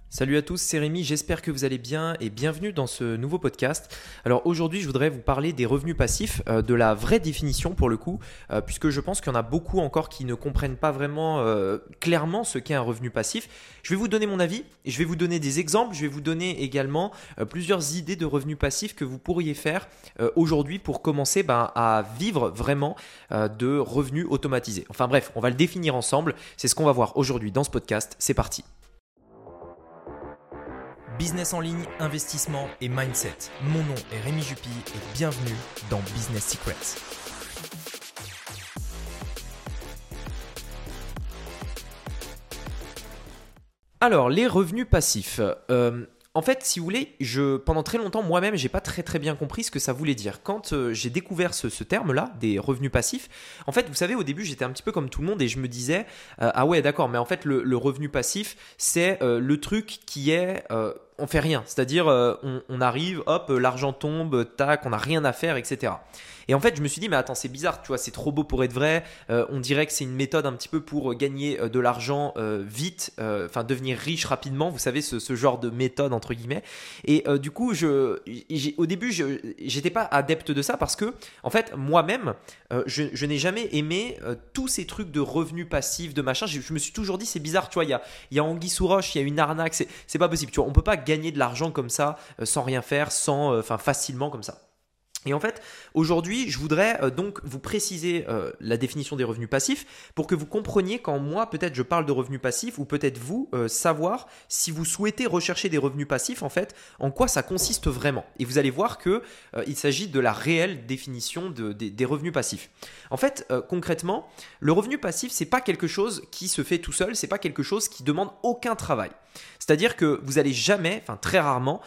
Salut à tous, c'est Rémi, j'espère que vous allez bien et bienvenue dans ce nouveau podcast. Alors aujourd'hui je voudrais vous parler des revenus passifs, de la vraie définition pour le coup, puisque je pense qu'il y en a beaucoup encore qui ne comprennent pas vraiment clairement ce qu'est un revenu passif. Je vais vous donner mon avis, je vais vous donner des exemples, je vais vous donner également plusieurs idées de revenus passifs que vous pourriez faire aujourd'hui pour commencer à vivre vraiment de revenus automatisés. Enfin bref, on va le définir ensemble, c'est ce qu'on va voir aujourd'hui dans ce podcast, c'est parti. Business en ligne, investissement et mindset. Mon nom est Rémi Jupy et bienvenue dans Business Secrets. Alors, les revenus passifs. En fait, si vous voulez, pendant très longtemps, moi-même, j'ai pas très bien compris ce que ça voulait dire. Quand j'ai découvert ce terme-là, des revenus passifs, en fait, vous savez, au début, j'étais un petit peu comme tout le monde et je me disais, ah ouais, d'accord, mais en fait, le revenu passif, c'est le truc qui est, on fait rien. C'est-à-dire, on arrive, hop, l'argent tombe, tac, on n'a rien à faire, etc. Et en fait, je me suis dit, mais attends, c'est bizarre, tu vois, c'est trop beau pour être vrai. On dirait que c'est une méthode un petit peu pour gagner de l'argent vite, devenir riche rapidement. Vous savez, ce genre de méthode entre guillemets. Et du coup, au début, j'étais pas adepte de ça parce que, en fait, moi-même, je n'ai jamais aimé tous ces trucs de revenus passifs, de machin. Je me suis toujours dit, c'est bizarre, tu vois, il y a anguille sous roche, il y a une arnaque, c'est pas possible. Tu vois, on peut pas gagner de l'argent comme ça, sans rien faire, facilement comme ça. Et en fait, aujourd'hui, je voudrais donc vous préciser la définition des revenus passifs pour que vous compreniez quand moi, peut-être je parle de revenus passifs ou peut-être vous, savoir si vous souhaitez rechercher des revenus passifs, en fait, en quoi ça consiste vraiment. Et vous allez voir qu'il s'agit de la réelle définition des revenus passifs. En fait, concrètement, le revenu passif, c'est pas quelque chose qui se fait tout seul, c'est pas quelque chose qui demande aucun travail. C'est-à-dire que vous allez jamais, très rarement,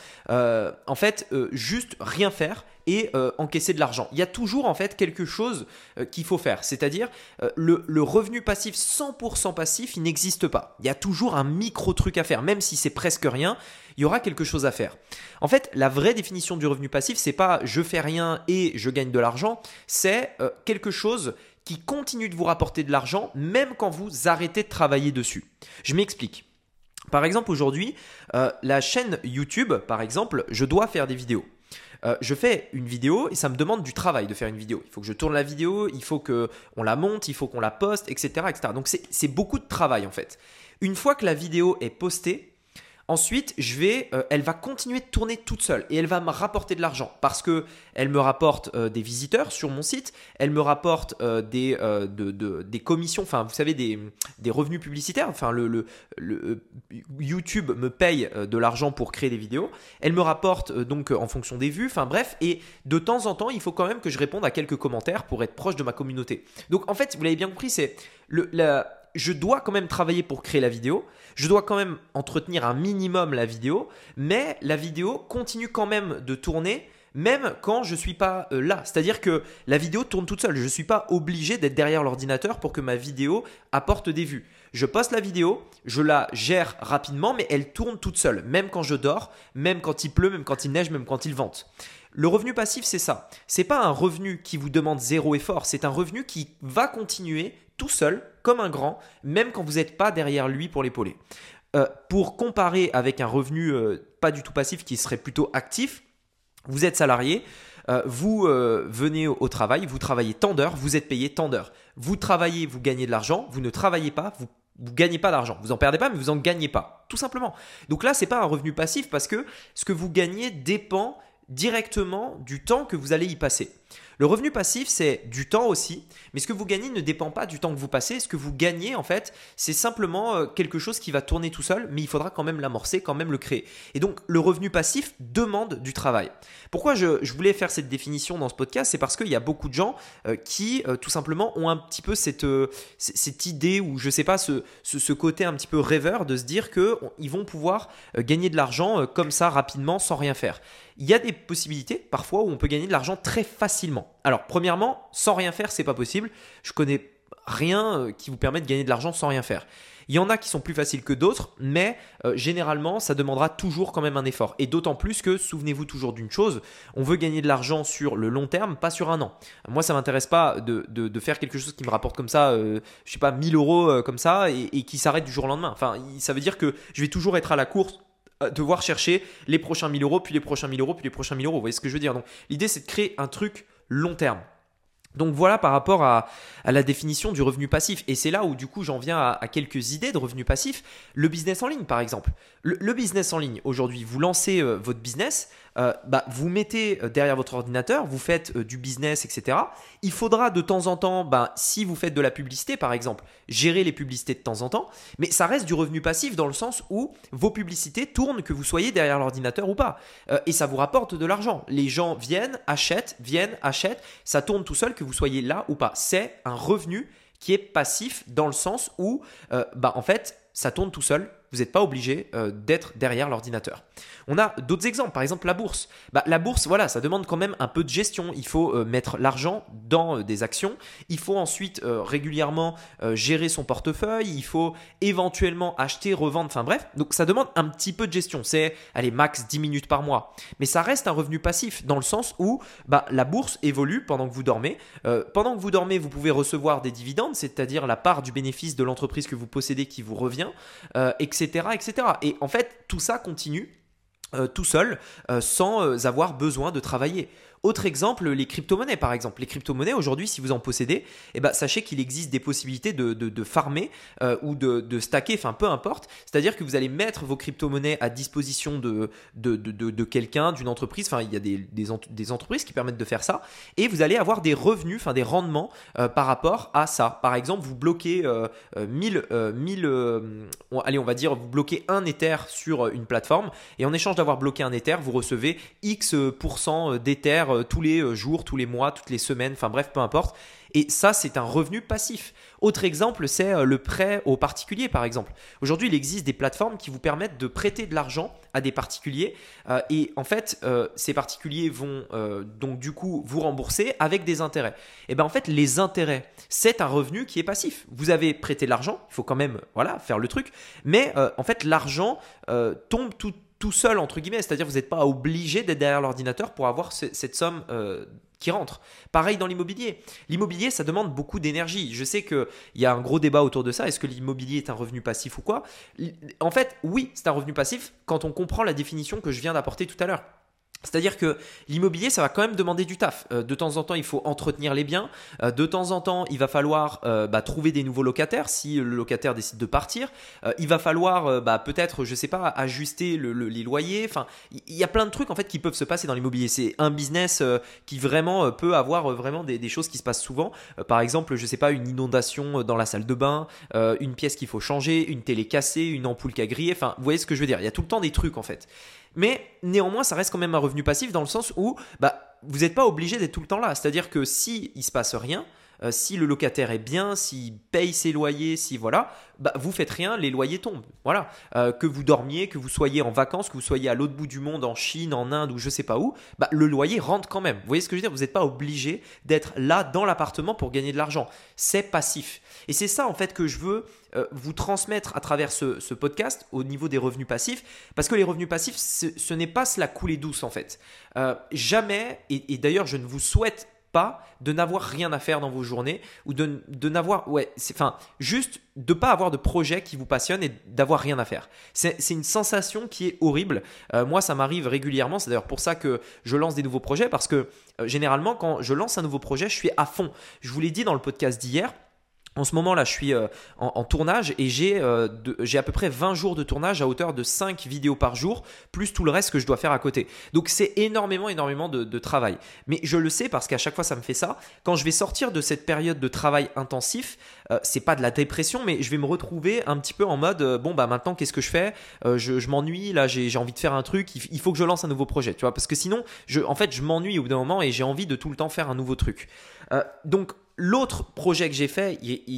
juste rien faire et encaisser de l'argent. Il y a toujours en fait quelque chose qu'il faut faire. C'est-à-dire le revenu passif 100% passif, il n'existe pas. Il y a toujours un micro truc à faire. Même si c'est presque rien, il y aura quelque chose à faire. En fait, la vraie définition du revenu passif, c'est pas je fais rien et je gagne de l'argent. C'est quelque chose qui continue de vous rapporter de l'argent même quand vous arrêtez de travailler dessus. Je m'explique. Par exemple, aujourd'hui, la chaîne YouTube, par exemple, je dois faire des vidéos. Je fais une vidéo et ça me demande du travail de faire une vidéo. Il faut que je tourne la vidéo, il faut qu'on la monte, il faut qu'on la poste, etc. etc. Donc, c'est beaucoup de travail en fait. Une fois que la vidéo est postée, ensuite, elle va continuer de tourner toute seule et elle va me rapporter de l'argent parce qu'elle me rapporte des visiteurs sur mon site, elle me rapporte des commissions, vous savez, des revenus publicitaires. YouTube me paye de l'argent pour créer des vidéos. Elle me rapporte donc en fonction des vues, bref. Et de temps en temps, il faut quand même que je réponde à quelques commentaires pour être proche de ma communauté. Donc en fait, vous l'avez bien compris, je dois quand même travailler pour créer la vidéo, je dois quand même entretenir un minimum la vidéo, mais la vidéo continue quand même de tourner même quand je ne suis pas là. C'est-à-dire que la vidéo tourne toute seule. Je ne suis pas obligé d'être derrière l'ordinateur pour que ma vidéo apporte des vues. Je poste la vidéo, je la gère rapidement, mais elle tourne toute seule, même quand je dors, même quand il pleut, même quand il neige, même quand il vente. Le revenu passif, c'est ça. Ce n'est pas un revenu qui vous demande zéro effort, c'est un revenu qui va continuer tout seul, comme un grand, même quand vous n'êtes pas derrière lui pour l'épauler. Pour comparer avec un revenu pas du tout passif qui serait plutôt actif, vous êtes salarié, vous venez au travail, vous travaillez tant d'heures, vous êtes payé tant d'heures. Vous travaillez, vous gagnez de l'argent, vous ne travaillez pas, vous gagnez pas d'argent. Vous en perdez pas, mais vous en gagnez pas, tout simplement. Donc là, c'est pas un revenu passif parce que ce que vous gagnez dépend directement du temps que vous allez y passer. Le revenu passif, c'est du temps aussi, mais ce que vous gagnez ne dépend pas du temps que vous passez. Ce que vous gagnez, en fait, c'est simplement quelque chose qui va tourner tout seul, mais il faudra quand même l'amorcer, quand même le créer. Et donc, le revenu passif demande du travail. Pourquoi je voulais faire cette définition dans ce podcast? C'est parce qu'il y a beaucoup de gens qui, tout simplement, ont un petit peu cette idée ou, je sais pas, ce côté un petit peu rêveur de se dire qu'ils vont pouvoir gagner de l'argent comme ça, rapidement, sans rien faire. Il y a des possibilités parfois où on peut gagner de l'argent très facilement. Alors premièrement, sans rien faire, c'est pas possible. Je connais rien qui vous permet de gagner de l'argent sans rien faire. Il y en a qui sont plus faciles que d'autres, mais généralement, ça demandera toujours quand même un effort. Et d'autant plus que, souvenez-vous toujours d'une chose, on veut gagner de l'argent sur le long terme, pas sur un an. Moi, ça ne m'intéresse pas de faire quelque chose qui me rapporte comme ça, 1000 € comme ça, et qui s'arrête du jour au lendemain. Ça veut dire que je vais toujours être à la course devoir chercher les prochains 1000 euros, puis les prochains 1000 euros, puis les prochains 1000 euros. Vous voyez ce que je veux dire? Donc l'idée, c'est de créer un truc long terme. Donc voilà par rapport à la définition du revenu passif. Et c'est là où du coup j'en viens à quelques idées de revenus passifs. Le business en ligne par exemple. Le business en ligne, aujourd'hui, vous lancez votre business, vous mettez derrière votre ordinateur, vous faites du business, etc. Il faudra de temps en temps, si vous faites de la publicité par exemple, gérer les publicités de temps en temps. Mais ça reste du revenu passif dans le sens où vos publicités tournent que vous soyez derrière l'ordinateur ou pas. Et ça vous rapporte de l'argent. Les gens viennent, achètent, ça tourne tout seul que vous soyez là ou pas. C'est un revenu qui est passif dans le sens où en fait ça tourne tout seul. Vous n'êtes pas obligé d'être derrière l'ordinateur. On a d'autres exemples, par exemple la bourse. La bourse, voilà, ça demande quand même un peu de gestion. Il faut mettre l'argent dans des actions. Il faut ensuite régulièrement gérer son portefeuille. Il faut éventuellement acheter, revendre, enfin bref. Donc ça demande un petit peu de gestion. C'est, allez, max 10 minutes par mois. Mais ça reste un revenu passif dans le sens où la bourse évolue pendant que vous dormez. Pendant que vous dormez, vous pouvez recevoir des dividendes, c'est-à-dire la part du bénéfice de l'entreprise que vous possédez qui vous revient, etc. Et en fait, tout ça continue tout seul sans avoir besoin de travailler. Autre exemple, les crypto-monnaies par exemple. Les crypto-monnaies aujourd'hui, si vous en possédez, sachez qu'il existe des possibilités de farmer ou de stacker, enfin peu importe. C'est-à-dire que vous allez mettre vos crypto-monnaies à disposition de quelqu'un, d'une entreprise. Enfin, il y a des entreprises qui permettent de faire ça. Et vous allez avoir des revenus, enfin des rendements par rapport à ça. Par exemple, vous bloquez allez, on va dire, vous bloquez un Ether sur une plateforme. Et en échange d'avoir bloqué un Ether, vous recevez X% d'Ether tous les jours, tous les mois, toutes les semaines, enfin bref, peu importe. Et ça, c'est un revenu passif. Autre exemple, c'est le prêt aux particuliers, par exemple. Aujourd'hui, il existe des plateformes qui vous permettent de prêter de l'argent à des particuliers. Et en fait, ces particuliers vont donc du coup vous rembourser avec des intérêts. Et en fait, les intérêts, c'est un revenu qui est passif. Vous avez prêté de l'argent, il faut quand même faire le truc. Mais en fait, l'argent tombe tout seul, entre guillemets. C'est-à-dire que vous n'êtes pas obligé d'être derrière l'ordinateur pour avoir cette somme qui rentre. Pareil dans l'immobilier. L'immobilier, ça demande beaucoup d'énergie. Je sais qu'il y a un gros débat autour de ça. Est-ce que l'immobilier est un revenu passif ou quoi? En fait, oui, c'est un revenu passif quand on comprend la définition que je viens d'apporter tout à l'heure. C'est-à-dire que l'immobilier, ça va quand même demander du taf. De temps en temps, il faut entretenir les biens. De temps en temps, il va falloir trouver des nouveaux locataires si le locataire décide de partir. Il va falloir peut-être, je sais pas, ajuster les loyers. Enfin, il y a plein de trucs en fait qui peuvent se passer dans l'immobilier. C'est un business qui vraiment peut avoir vraiment des choses qui se passent souvent. Par exemple, je sais pas, une inondation dans la salle de bain, une pièce qu'il faut changer, une télé cassée, une ampoule qui a grillé. Enfin, vous voyez ce que je veux dire. Il y a tout le temps des trucs en fait. Mais néanmoins, ça reste quand même un revenu passif dans le sens où vous n'êtes pas obligé d'être tout le temps là. C'est-à-dire que s'il ne se passe rien, si le locataire est bien, s'il paye ses loyers, si voilà, vous faites rien, les loyers tombent. Voilà. Que vous dormiez, que vous soyez en vacances, que vous soyez à l'autre bout du monde, en Chine, en Inde ou je sais pas où, le loyer rentre quand même. Vous voyez ce que je veux dire? Vous n'êtes pas obligé d'être là dans l'appartement pour gagner de l'argent. C'est passif. Et c'est ça en fait que je veux vous transmettre à travers ce podcast au niveau des revenus passifs, parce que les revenus passifs, ce n'est pas cela couler douce en fait. Jamais, et d'ailleurs je ne vous souhaite pas de n'avoir rien à faire dans vos journées ou de n'avoir, juste de pas avoir de projet qui vous passionne et d'avoir rien à faire. C'est une sensation qui est horrible. Moi, ça m'arrive régulièrement. C'est d'ailleurs pour ça que je lance des nouveaux projets, parce que généralement, quand je lance un nouveau projet, je suis à fond. Je vous l'ai dit dans le podcast d'hier. En ce moment là, je suis en tournage et j'ai à peu près 20 jours de tournage à hauteur de 5 vidéos par jour, plus tout le reste que je dois faire à côté. Donc c'est énormément de travail. Mais je le sais parce qu'à chaque fois ça me fait ça. Quand je vais sortir de cette période de travail intensif, c'est pas de la dépression, mais je vais me retrouver un petit peu en mode maintenant qu'est-ce que je fais? Je m'ennuie, là j'ai envie de faire un truc, il faut que je lance un nouveau projet, tu vois, parce que sinon je m'ennuie au bout d'un moment et j'ai envie de tout le temps faire un nouveau truc. Donc l'autre projet que j'ai fait,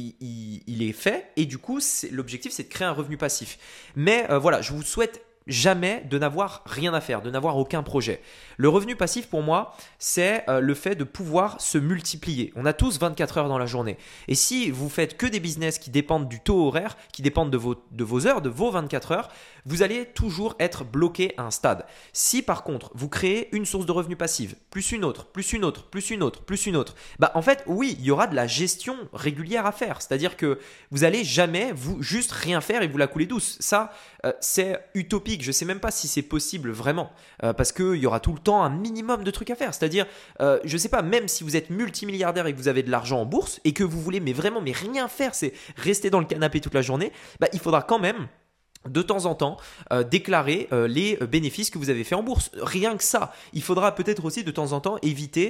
il est fait et du coup, l'objectif, c'est de créer un revenu passif. Mais voilà, je vous souhaite jamais de n'avoir rien à faire, de n'avoir aucun projet. Le revenu passif pour moi, c'est le fait de pouvoir se multiplier. On a tous 24 heures dans la journée. Et si vous faites que des business qui dépendent du taux horaire, qui dépendent de vos heures, de vos 24 heures, vous allez toujours être bloqué à un stade. Si par contre, vous créez une source de revenus passive, plus une autre, plus une autre, plus une autre, plus une autre, en fait, oui, il y aura de la gestion régulière à faire. C'est-à-dire que vous allez jamais juste rien faire et vous la couler douce. Ça, c'est utopique utopique. Je ne sais même pas si c'est possible vraiment, parce qu'il y aura tout le temps un minimum de trucs à faire. C'est-à-dire, je ne sais pas, même si vous êtes multimilliardaire et que vous avez de l'argent en bourse et que vous voulez mais rien faire, c'est rester dans le canapé toute la journée, il faudra quand même de temps en temps déclarer les bénéfices que vous avez fait en bourse. Rien que ça. Il faudra peut-être aussi de temps en temps éviter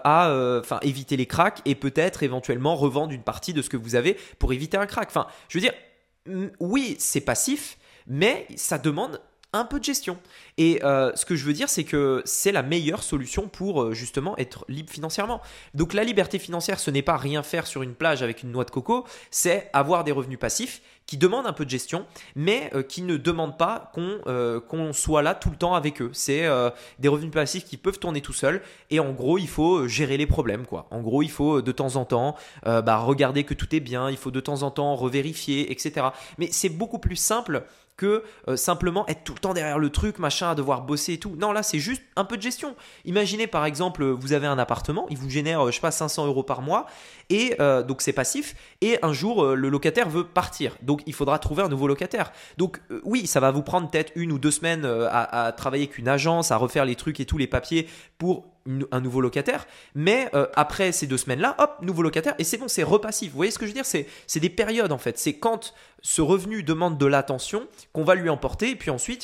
éviter les cracks et peut-être éventuellement revendre une partie de ce que vous avez pour éviter un crack. Enfin, je veux dire, oui, c'est passif, mais ça demande un peu de gestion. Et ce que je veux dire, c'est que c'est la meilleure solution pour justement être libre financièrement. Donc la liberté financière, ce n'est pas rien faire sur une plage avec une noix de coco, c'est avoir des revenus passifs qui demandent un peu de gestion, mais qui ne demandent pas qu'on soit là tout le temps avec eux. C'est des revenus passifs qui peuvent tourner tout seuls et en gros, il faut gérer les problèmes, quoi. En gros, il faut de temps en temps regarder que tout est bien, il faut de temps en temps revérifier, etc. Mais c'est beaucoup plus simple que simplement être tout le temps derrière le truc, machin, à devoir bosser et tout. Non, là, c'est juste un peu de gestion. Imaginez par exemple, vous avez un appartement, il vous génère, je sais pas, 500 € par mois, et donc c'est passif, et un jour, le locataire veut partir. Donc, il faudra trouver un nouveau locataire. Donc, oui, ça va vous prendre peut-être 1 ou 2 semaines à travailler avec une agence, à refaire les trucs et tous les papiers pour un nouveau locataire, mais après ces 2 semaines-là, hop, nouveau locataire, et c'est bon, c'est repassif. Vous voyez ce que je veux dire? C'est des périodes en fait. C'est quand ce revenu demande de l'attention qu'on va lui emporter, et puis ensuite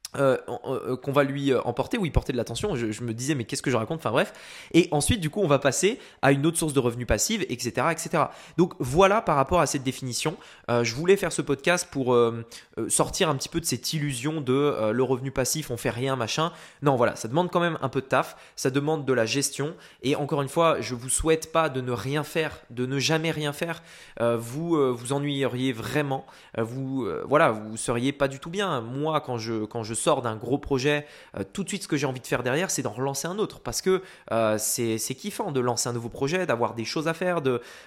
qu'on va lui emporter ou y porter de l'attention. Je me disais mais qu'est-ce que je raconte, enfin bref, et ensuite du coup on va passer à une autre source de revenus passive, etc. Donc voilà par rapport à cette définition. Je voulais faire ce podcast pour sortir un petit peu de cette illusion de le revenu passif, on fait rien, machin. Non, voilà, ça demande quand même un peu de taf, ça demande de la gestion, et encore une fois, je vous souhaite pas de ne rien faire, de ne jamais rien faire. Vous ennuyeriez vraiment, vous seriez pas du tout bien. Moi, quand je sors d'un gros projet, tout de suite ce que j'ai envie de faire derrière, c'est d'en relancer un autre, parce que c'est kiffant de lancer un nouveau projet, d'avoir des choses à faire,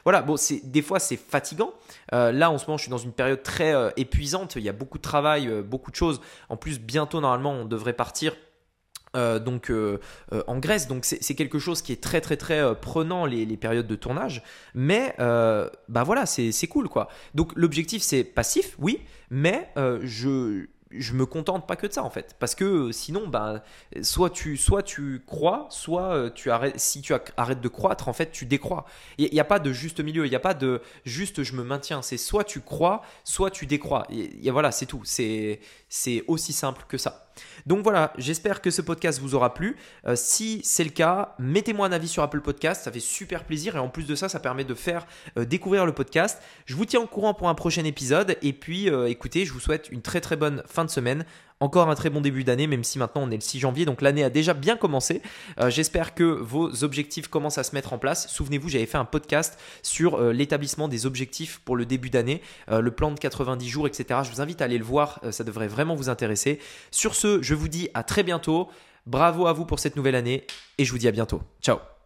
des fois c'est fatigant. Là en ce moment je suis dans une période très épuisante, il y a beaucoup de travail, beaucoup de choses. En plus bientôt normalement on devrait partir en Grèce, donc c'est quelque chose qui est très très très prenant, les périodes de tournage, mais voilà, c'est cool quoi. Donc l'objectif c'est passif, oui, mais je me contente pas que de ça en fait, parce que sinon soit tu crois, soit tu arrêtes. Si tu arrêtes de croître, en fait tu décroît. Il n'y a pas de juste milieu, il n'y a pas de juste je me maintiens, c'est soit tu crois, soit tu décroît. Voilà, c'est tout, c'est aussi simple que ça. Donc voilà, j'espère que ce podcast vous aura plu. Si c'est le cas, mettez-moi un avis sur Apple Podcast, ça fait super plaisir, et en plus de ça, ça permet de faire découvrir le podcast. Je vous tiens au courant pour un prochain épisode, et puis écoutez, je vous souhaite une très très bonne fin de semaine. Encore un très bon début d'année, même si maintenant on est le 6 janvier, donc l'année a déjà bien commencé. J'espère que vos objectifs commencent à se mettre en place. Souvenez-vous, j'avais fait un podcast sur l'établissement des objectifs pour le début d'année, le plan de 90 jours, etc. Je vous invite à aller le voir, ça devrait vraiment vous intéresser. Sur ce, je vous dis à très bientôt. Bravo à vous pour cette nouvelle année, et je vous dis à bientôt. Ciao.